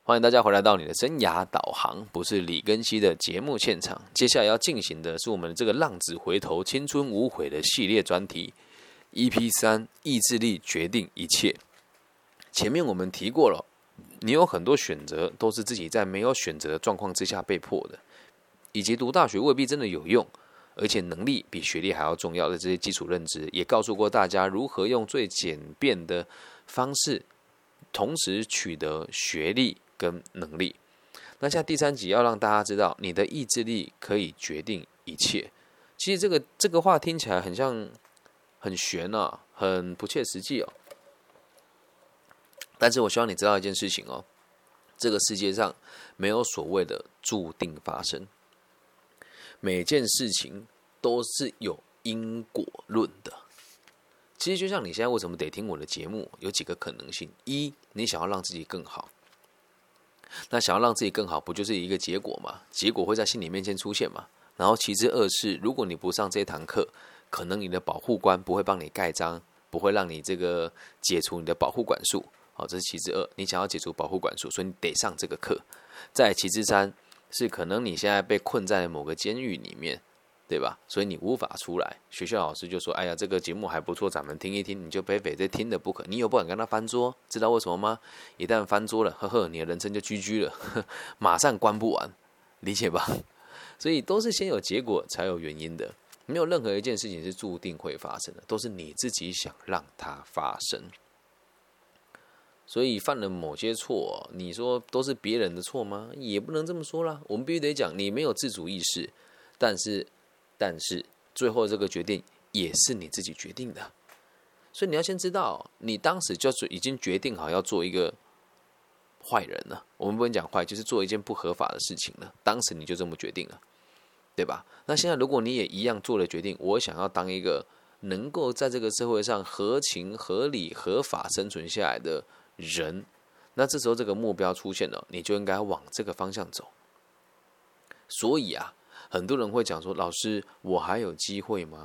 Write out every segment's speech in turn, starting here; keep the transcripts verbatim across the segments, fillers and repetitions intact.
欢迎大家回来到你的生涯导航，不是李根熙的节目现场。接下来要进行的是我们这个浪子回头青春无悔的系列专题 E P 三， 意志力决定一切。前面我们提过了，你有很多选择都是自己在没有选择的状况之下被迫的，以及读大学未必真的有用，而且能力比学历还要重要的这些基础认知，也告诉过大家如何用最简便的方式同时取得学历跟能力。那现在第三集要让大家知道，你的意志力可以决定一切。其实这个这个话听起来很像很玄啊，很不切实际哦。但是我希望你知道一件事情哦，这个世界上没有所谓的注定发生，每件事情都是有因果论的。其实就像你现在为什么得听我的节目，有几个可能性：一，你想要让自己更好，那想要让自己更好，不就是一个结果吗？结果会在心理面前出现嘛。然后其次二是，如果你不上这堂课，可能你的保护官不会帮你盖章，不会让你这个解除你的保护管束。好，这是其次二，你想要解除保护管束，所以你得上这个课。再其次三是，可能你现在被困在某个监狱里面，对吧？所以你无法出来。学校老师就说：“哎呀，这个节目还不错，咱们听一听。”你就非非得听的不可，你又不敢跟他翻桌，知道为什么吗？一旦翻桌了，呵呵，你的人生就 G G 了，呵呵，马上关不完，理解吧？所以都是先有结果才有原因的，没有任何一件事情是注定会发生的，都是你自己想让它发生。所以犯了某些错，你说都是别人的错吗？也不能这么说啦。我们必须得讲，你没有自主意识，但是，但是最后这个决定也是你自己决定的。所以你要先知道，你当时就是已经决定好要做一个坏人了。我们不能讲坏，就是做一件不合法的事情了。当时你就这么决定了，对吧？那现在如果你也一样做了决定，我想要当一个能够在这个社会上合情、合理、合法生存下来的人，那这时候这个目标出现了，你就应该往这个方向走。所以啊，很多人会讲说：“老师，我还有机会吗？”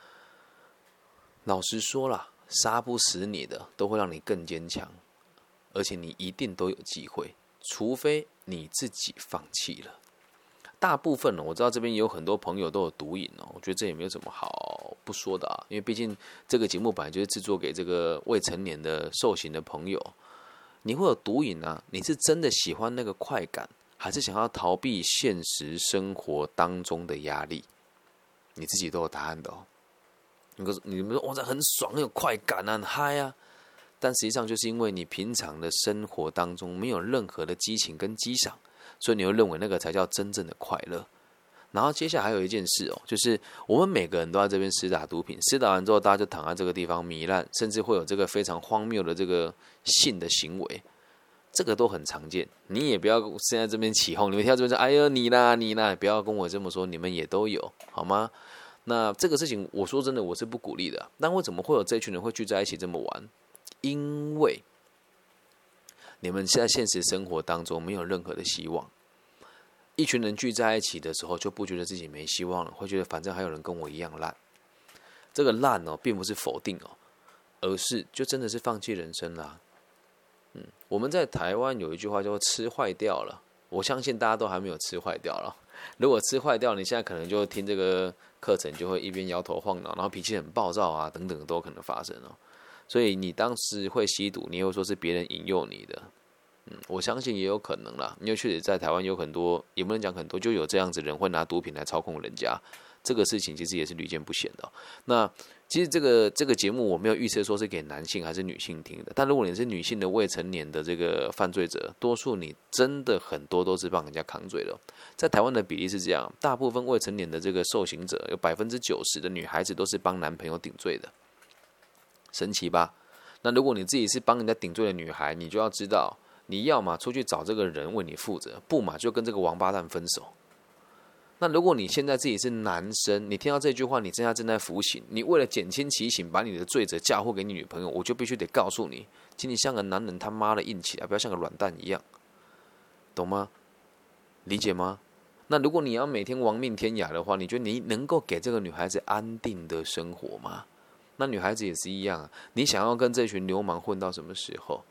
老实说啦，杀不死你的都会让你更坚强，而且你一定都有机会，除非你自己放弃了。大部分呢，我知道这边也有很多朋友都有毒瘾哦，我觉得这也没有什么好不说的啊，因为毕竟这个节目本来就是制作给这个未成年的受刑的朋友。你会有毒瘾啊？你是真的喜欢那个快感，还是想要逃避现实生活当中的压力？你自己都有答案的哦。你们说哇，这很爽，很有快感啊，很嗨啊！但实际上就是因为你平常的生活当中没有任何的激情跟激赏，所以你会认为那个才叫真正的快乐。然后接下来还有一件事哦，就是我们每个人都在这边施打毒品，施打完之后，大家就躺在这个地方糜烂，甚至会有这个非常荒谬的这个性的行为，这个都很常见。你也不要现在这边起哄，你们听到这边说，哎呦你啦你啦，不要跟我这么说，你们也都有，好吗？那这个事情，我说真的，我是不鼓励的。但为什么会有这群人会聚在一起这么玩？因为你们现在现实生活当中没有任何的希望。一群人聚在一起的时候，就不觉得自己没希望了，会觉得反正还有人跟我一样烂。这个烂哦，并不是否定哦，而是就真的是放弃人生啦。嗯，我们在台湾有一句话叫做"吃坏掉了"，我相信大家都还没有吃坏掉了。如果吃坏掉，你现在可能就听这个课程，就会一边摇头晃脑，然后脾气很暴躁啊，等等都有可能发生哦。所以你当时会吸毒，你又说是别人引诱你的。嗯，我相信也有可能啦，因为确实在台湾有很多，也不能讲很多，就有这样子人会拿毒品来操控人家，这个事情其实也是屡见不鲜的哦。那其实这个这个节目我没有预测说是给男性还是女性听的，但如果你是女性的未成年的这个犯罪者，多数你真的很多都是帮人家扛罪的。在台湾的比例是这样，大部分未成年的这个受刑者有百分之九十的女孩子都是帮男朋友顶罪的，神奇吧？那如果你自己是帮人家顶罪的女孩，你就要知道，你要嘛出去找这个人为你负责，不嘛就跟这个王八蛋分手。那如果你现在自己是男生，你听到这句话，你现在正在服刑，你为了减轻其刑，把你的罪责嫁祸给你女朋友，我就必须得告诉你，请你像个男人他妈的硬起来，不要像个软蛋一样，懂吗？理解吗？那如果你要每天亡命天涯的话，你觉得你能够给这个女孩子安定的生活吗？那女孩子也是一样啊，你想要跟这群流氓混到什么时候？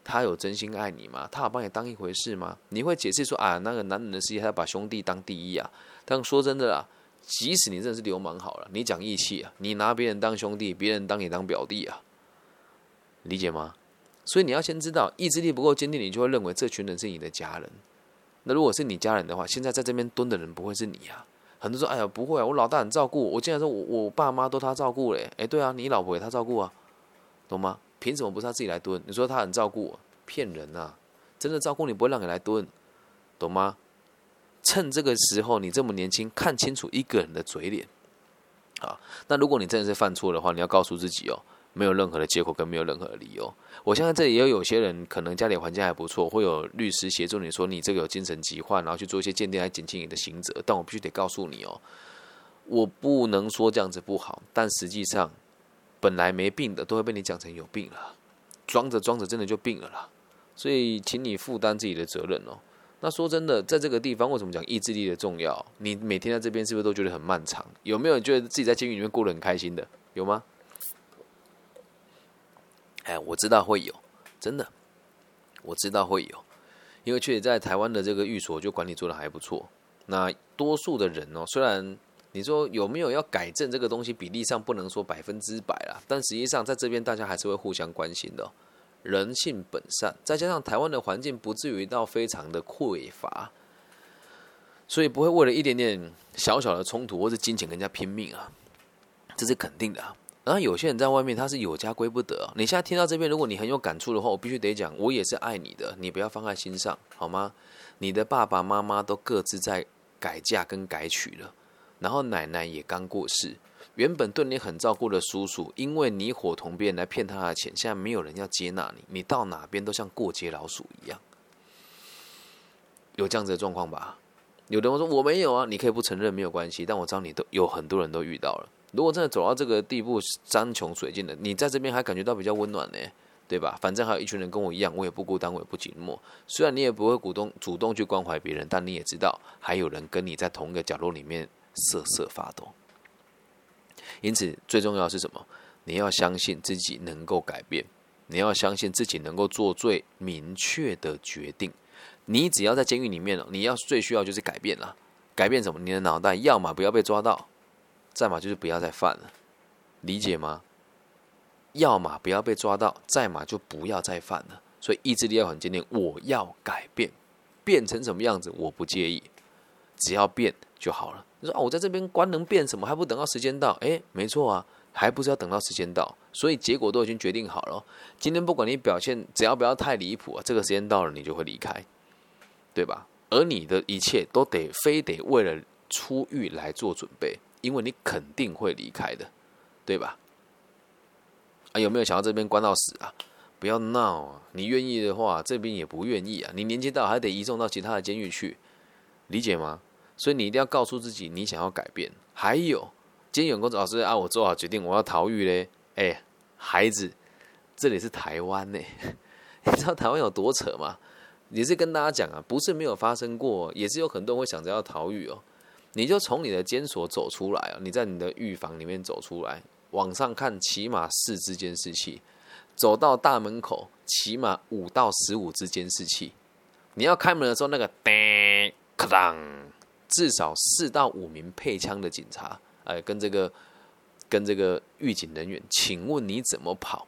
他有真心爱你吗？他有把你当一回事吗？你会解释说啊，那个男人的世界，他要把兄弟当第一啊。但说真的啦，即使你真的是流氓好了，你讲义气啊，你拿别人当兄弟，别人当你当表弟啊，理解吗？所以你要先知道，意志力不够坚定，你就会认为这群人是你的家人。那如果是你家人的话，现在在这边蹲的人不会是你啊。很多人说，哎呀，不会啊，我老大很照顾我，我竟然说我我爸妈都他照顾嘞，哎，对啊，你老婆也他照顾啊，懂吗？凭什么不是他自己来蹲？你说他很照顾我，骗人啊！真的照顾你不会让你来蹲，懂吗？趁这个时候，你这么年轻，看清楚一个人的嘴脸啊。那如果你真的是犯错的话，你要告诉自己哦，没有任何的借口跟没有任何的理由。我相信这里也有些人可能家里环境还不错，会有律师协助你说你这个有精神疾患，然后去做一些鉴定来减轻你的刑责。但我必须得告诉你哦，我不能说这样子不好，但实际上本来没病的都会被你讲成有病了，装着装着真的就病了啦。所以请你负担自己的责任哦。那说真的，在这个地方为什么讲意志力的重要？你每天在这边是不是都觉得很漫长？有没有人觉得自己在监狱里面过得很开心的？有吗？哎，我知道会有，真的，我知道会有，因为确实在台湾的这个寓所就管理做得还不错。那多数的人哦，虽然你说有没有要改正这个东西，比例上不能说百分之百啦，但实际上在这边大家还是会互相关心的哦。人性本善，再加上台湾的环境不至于到非常的匮乏，所以不会为了一点点小小的冲突或是金钱跟人家拼命啊，这是肯定的啊。然后有些人在外面他是有家归不得啊。你现在听到这边，如果你很有感触的话，我必须得讲，我也是爱你的，你不要放在心上，好吗？你的爸爸妈妈都各自在改嫁跟改娶了，然后奶奶也刚过世。原本对你很照顾的叔叔，因为你伙同别人来骗他的钱，现在没有人要接纳你，你到哪边都像过街老鼠一样，有这样子的状况吧？有的人说我没有啊，你可以不承认没有关系，但我知道你都有很多人都遇到了。如果真的走到这个地步，山穷水尽的，你在这边还感觉到比较温暖呢，对吧？反正还有一群人跟我一样，我也不孤单，我也不寂寞。虽然你也不会主动主动去关怀别人，但你也知道还有人跟你在同一个角落里面瑟瑟发抖。因此，最重要的是什么？你要相信自己能够改变，你要相信自己能够做最明确的决定。你只要在监狱里面，你要最需要就是改变啦。改变什么？你的脑袋要么不要被抓到，再嘛就是不要再犯了，理解吗？要么不要被抓到，再嘛就不要再犯了。所以意志力要很坚定，我要改变，变成什么样子我不介意，只要变就好了。你说啊，我在这边关能变什么？还不等到时间到？哎，没错啊，还不是要等到时间到，所以结果都已经决定好了。今天不管你表现，只要不要太离谱啊，这个时间到了你就会离开，对吧？而你的一切都得非得为了出狱来做准备，因为你肯定会离开的，对吧？啊，有没有想要这边关到死啊？不要闹啊！你愿意的话，这边也不愿意啊。你年纪大还得移送到其他的监狱去，理解吗？所以你一定要告诉自己，你想要改变。还有，今天有人跟老师啊，我做好决定，我要逃狱嘞。哎，孩子，这里是台湾呢，你知道台湾有多扯吗？也是跟大家讲啊，不是没有发生过，也是有很多人会想着要逃狱哦。你就从你的监所走出来啊，你在你的狱房里面走出来，往上看起码四支监视器，走到大门口起码五到十五支监视器。你要开门的时候，那个叮咔当。至少四到五名配枪的警察，呃，跟这个跟这个狱警人员，请问你怎么跑？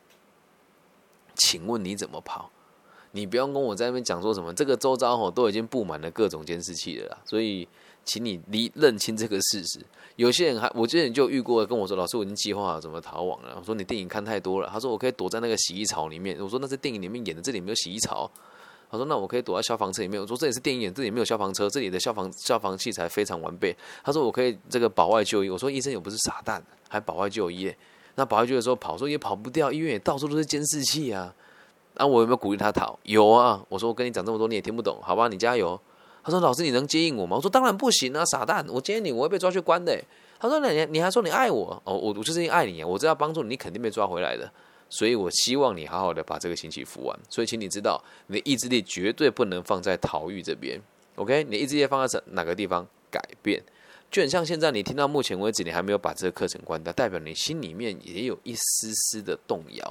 请问你怎么跑？你不要跟我在那边讲说什么，这个周遭吼都已经布满了各种监视器了啦，所以请你离认清这个事实。有些人还，我之前就遇过跟我说，老师我已经计划好怎么逃亡了。我说你电影看太多了，他说我可以躲在那个洗衣槽里面。我说那是电影里面演的，这里没有洗衣槽。他说：“那我可以躲在消防车里面。”我说：“这里是电影，这里没有消防车，这里的消防消防器材非常完备。”他说：“我可以这个保外就医。”我说：“医生又不是傻蛋，还保外就医？那保外就医的时候跑，说也跑不掉，医院也到处都是监视器啊。那、啊、我有没有鼓励他逃？有啊。我说我跟你讲这么多，你也听不懂，好吧？你加油。”他说：“老师，你能接应我吗？”我说：“当然不行啊，傻蛋！我接应你，我会被抓去关的。”他说：“你你还说你爱我？哦，我我就是因为爱你啊，我知道帮助你，你肯定被抓回来的。”所以我希望你好好的把这个刑期服完。所以请你知道，你的意志力绝对不能放在逃狱这边 ，OK？ 你的意志力放在哪个地方？改变。就很像现在你听到目前为止你还没有把这个课程关掉，代表你心里面也有一丝丝的动摇。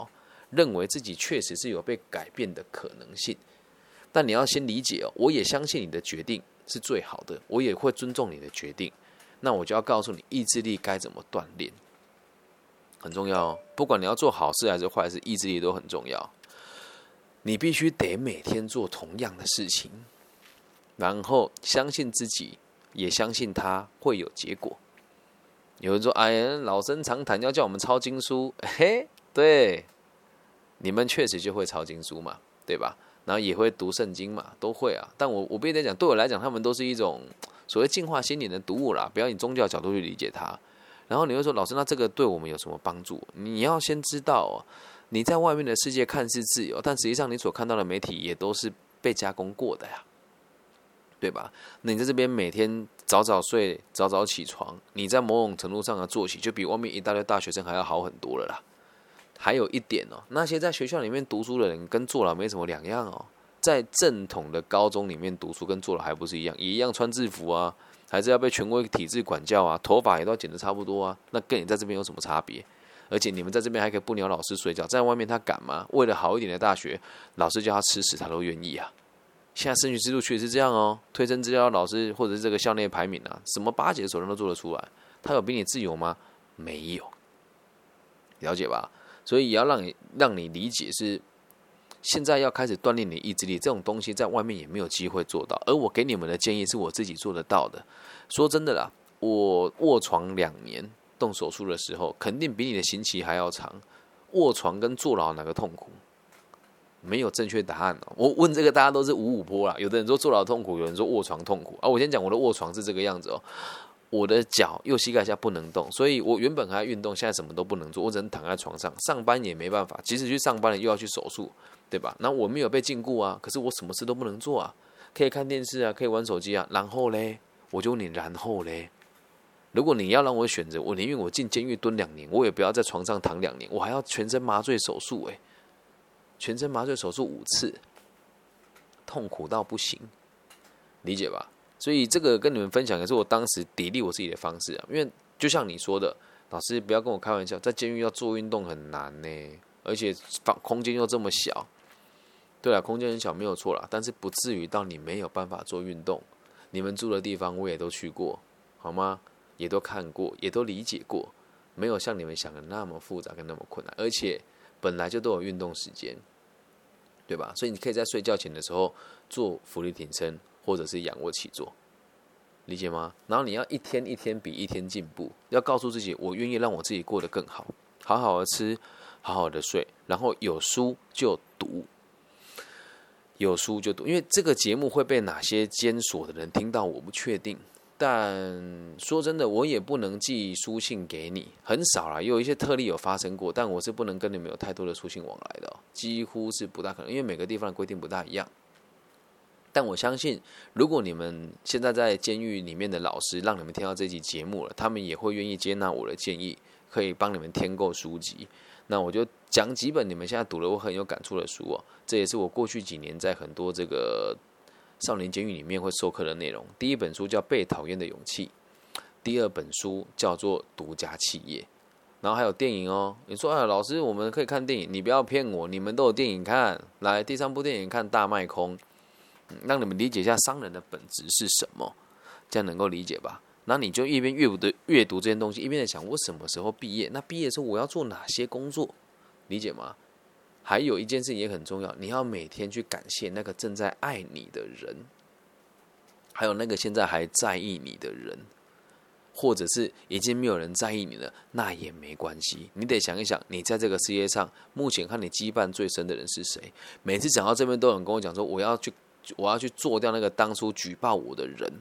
认为自己确实是有被改变的可能性。但你要先理解哦，我也相信你的决定是最好的，我也会尊重你的决定。那我就要告诉你，意志力该怎么锻炼，很重要哦。不管你要做好事还是坏事，意志力都很重要。你必须得每天做同样的事情，然后相信自己，也相信它会有结果。有人说：“哎呀，老生常谈，要叫我们抄经书。”嘿，对，你们确实就会抄经书嘛，对吧？然后也会读圣经嘛，都会啊。但我我必须得讲，对我来讲，他们都是一种所谓净化心灵的读物啦，不要以宗教角度去理解它。然后你会说，老师，那这个对我们有什么帮助？你要先知道哦，你在外面的世界看似自由，但实际上你所看到的媒体也都是被加工过的呀，对吧？那你在这边每天早早睡，早早起床，你在某种程度上的作息就比外面一大堆大学生还要好很多了啦。还有一点哦，那些在学校里面读书的人跟坐牢没什么两样哦。在正统的高中里面读书跟坐牢还不是一样，也一样穿制服啊，还是要被权威体制管教啊，头发也都要剪得差不多啊。那跟你在这边有什么差别？而且你们在这边还可以不鸟老师睡觉，在外面他敢吗？为了好一点的大学，老师叫他吃屎他都愿意啊。现在升学制度确实是这样哦，推甄资料老师或者是这个校内排名啊，什么巴结的手段都做得出来。他有比你自由吗？没有，了解吧？所以也要让你让你理解是，现在要开始锻炼你的意志力，这种东西在外面也没有机会做到。而我给你们的建议是我自己做得到的。说真的啦，我卧床两年动手术的时候，肯定比你的刑期还要长。卧床跟坐牢哪个痛苦？没有正确答案哦。我问这个大家都是五五波啦，有的人说坐牢痛苦，有人说卧床痛苦啊。我先讲我的卧床是这个样子哦。我的脚右膝盖下不能动，所以我原本还要运动，现在什么都不能做，我只能躺在床上。上班也没办法，即使去上班了又要去手术，对吧？那我没有被禁锢啊，可是我什么事都不能做啊，可以看电视啊，可以玩手机啊，然后嘞，我就问你，然后嘞，如果你要让我选择，我宁愿我进监狱蹲两年，我也不要在床上躺两年，我还要全身麻醉手术，哎，全身麻醉手术五次，痛苦到不行，理解吧？所以这个跟你们分享也是我当时砥砺我自己的方式啊，因为就像你说的，老师不要跟我开玩笑，在监狱要做运动很难呢，而且空间又这么小。对啊，空间很小没有错啦，但是不至于到你没有办法做运动。你们住的地方我也都去过，好吗？也都看过，也都理解过，没有像你们想的那么复杂跟那么困难，而且本来就都有运动时间，对吧？所以你可以在睡觉前的时候做伏地挺身。或者是仰卧起坐，理解吗？然后你要一天一天比一天进步，要告诉自己，我愿意让我自己过得更好，好好的吃，好好的睡，然后有书就读，有书就读。因为这个节目会被哪些监所的人听到，我不确定。但说真的，我也不能寄书信给你，很少啦，也有一些特例有发生过，但我是不能跟你们有太多的书信往来的、哦，几乎是不大可能，因为每个地方的规定不大一样。但我相信，如果你们现在在监狱里面的老师让你们听到这集节目了，他们也会愿意接纳我的建议，可以帮你们添购书籍。那我就讲几本你们现在读了我很有感触的书哦，这也是我过去几年在很多这个少年监狱里面会授课的内容。第一本书叫《被讨厌的勇气》，第二本书叫做《独家企业》，然后还有电影哦。你说啊，老师我们可以看电影，你不要骗我，你们都有电影看。来，第三部电影看《大卖空》。让你们理解一下商人的本质是什么，这样能够理解吧？那你就一边阅读的阅读这些东西，一边在想我什么时候毕业？那毕业的时候我要做哪些工作？理解吗？还有一件事也很重要，你要每天去感谢那个正在爱你的人，还有那个现在还在意你的人，或者是已经没有人在意你了，那也没关系。你得想一想，你在这个世界上目前和你羁绊最深的人是谁？每次讲到这边，都有人跟我讲说，我要去。我要去做掉那个当初举报我的人，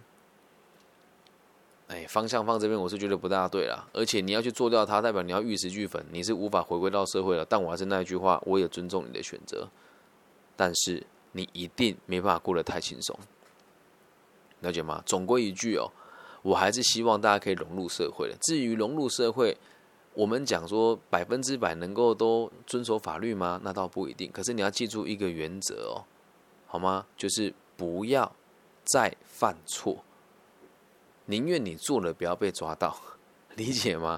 哎，方向放这边我是觉得不大对啦。而且你要去做掉他，代表你要玉石俱焚，你是无法回归到社会了。但我还是那一句话，我也尊重你的选择，但是你一定没办法过得太轻松，了解吗？总归一句哦，我还是希望大家可以融入社会的。至于融入社会，我们讲说百分之百能够都遵守法律吗？那倒不一定。可是你要记住一个原则哦。好吗？就是不要再犯错，宁愿你做了不要被抓到，理解吗？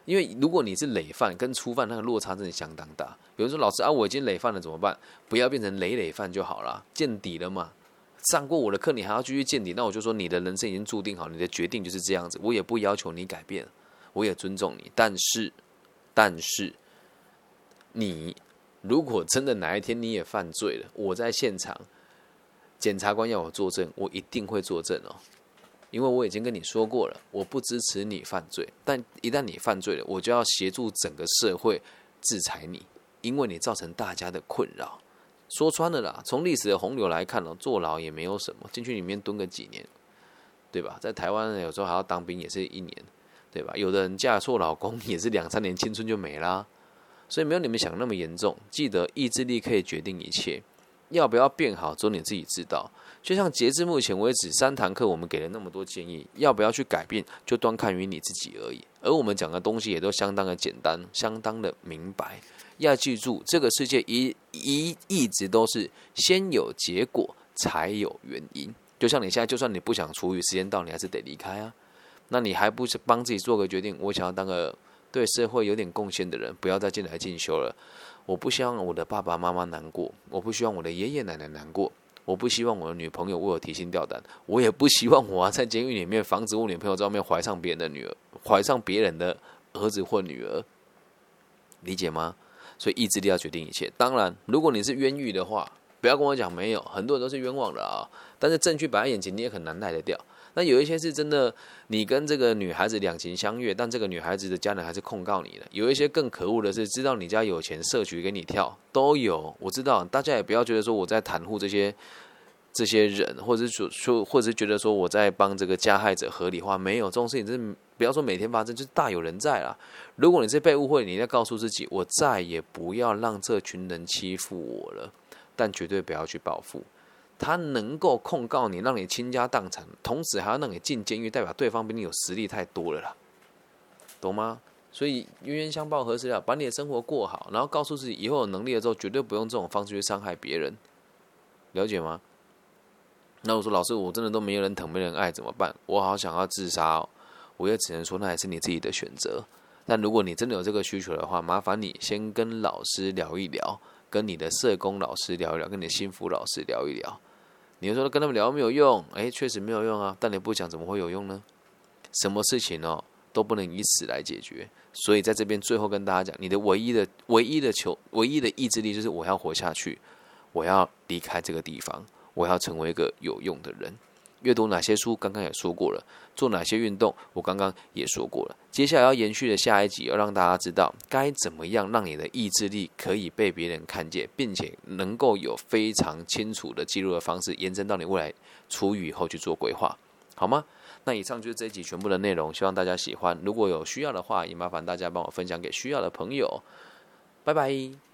因为如果你是累犯跟初犯，那个落差真的相当大。有人说老师啊，我已经累犯了怎么办？不要变成累累犯就好了，见底了嘛。上过我的课，你还要继续见底，那我就说你的人生已经注定好，你的决定就是这样子，我也不要求你改变，我也尊重你。但是，但是，你如果真的哪一天你也犯罪了，我在现场，检察官要我作证，我一定会作证哦。因为我已经跟你说过了，我不支持你犯罪，但一旦你犯罪了，我就要协助整个社会制裁你，因为你造成大家的困扰。说穿了啦，从历史的洪流来看哦，坐牢也没有什么，进去里面蹲个几年，对吧？在台湾有时候还要当兵，也是一年，对吧？有的人嫁错老公也是两三年青春就没啦，所以没有你们想那么严重。记得意志力可以决定一切，要不要变好，只有你自己知道。就像截至目前为止，三堂课我们给了那么多建议，要不要去改变，就端看于你自己而已。而我们讲的东西也都相当的简单，相当的明白。要记住，这个世界一一一直都是先有结果才有原因。就像你现在，就算你不想处理，时间到，你还是得离开啊。那你还不是帮自己做个决定？我想要当个对社会有点贡献的人，不要再进来进修了。我不希望我的爸爸妈妈难过，我不希望我的爷爷奶奶难过。我不希望我的女朋友为我提心吊胆，我也不希望我在监狱里面防止我女朋友在外面怀上别人的女儿，怀上别人的儿子或女儿，理解吗？所以意志力要决定一切。当然，如果你是冤狱的话，不要跟我讲没有，很多人都是冤枉的啊。但是证据摆在眼前，你也很难赖得掉。那有一些是真的，你跟这个女孩子两情相悦，但这个女孩子的家人还是控告你的。有一些更可恶的是，知道你家有钱，设局给你跳，都有。我知道，大家也不要觉得说我在袒护这些这些人，或者是说，或者是觉得说我在帮这个加害者合理化，没有这种事情，真是不要说每天发生，就是大有人在啦。如果你是被误会，你应该告诉自己，我再也不要让这群人欺负我了，但绝对不要去报复。他能够控告你，让你倾家荡产，同时还要让你进监狱，代表对方比你有实力太多了啦，懂吗？所以冤冤相报何时了？把你的生活过好，然后告诉自己，以后有能力了之后，绝对不用这种方式去伤害别人，了解吗？那我说老师，我真的都没有人疼，没人爱，怎么办？我好想要自杀哦，我也只能说那也是你自己的选择。但如果你真的有这个需求的话，麻烦你先跟老师聊一聊，跟你的社工老师聊一聊，跟你的心辅老师聊一聊。你会说跟他们聊没有用，哎，确实没有用啊。但你不讲怎么会有用呢？什么事情哦都不能以死来解决。所以在这边最后跟大家讲，你的唯一的、唯一的求、唯一的意志力就是我要活下去，我要离开这个地方，我要成为一个有用的人。阅读哪些书，刚刚也说过了；做哪些运动，我刚刚也说过了。接下来要延续的下一集，要让大家知道该怎么样让你的意志力可以被别人看见，并且能够有非常清楚的记录的方式，延伸到你未来出狱以后去做规划，好吗？那以上就是这一集全部的内容，希望大家喜欢。如果有需要的话，也麻烦大家帮我分享给需要的朋友。拜拜。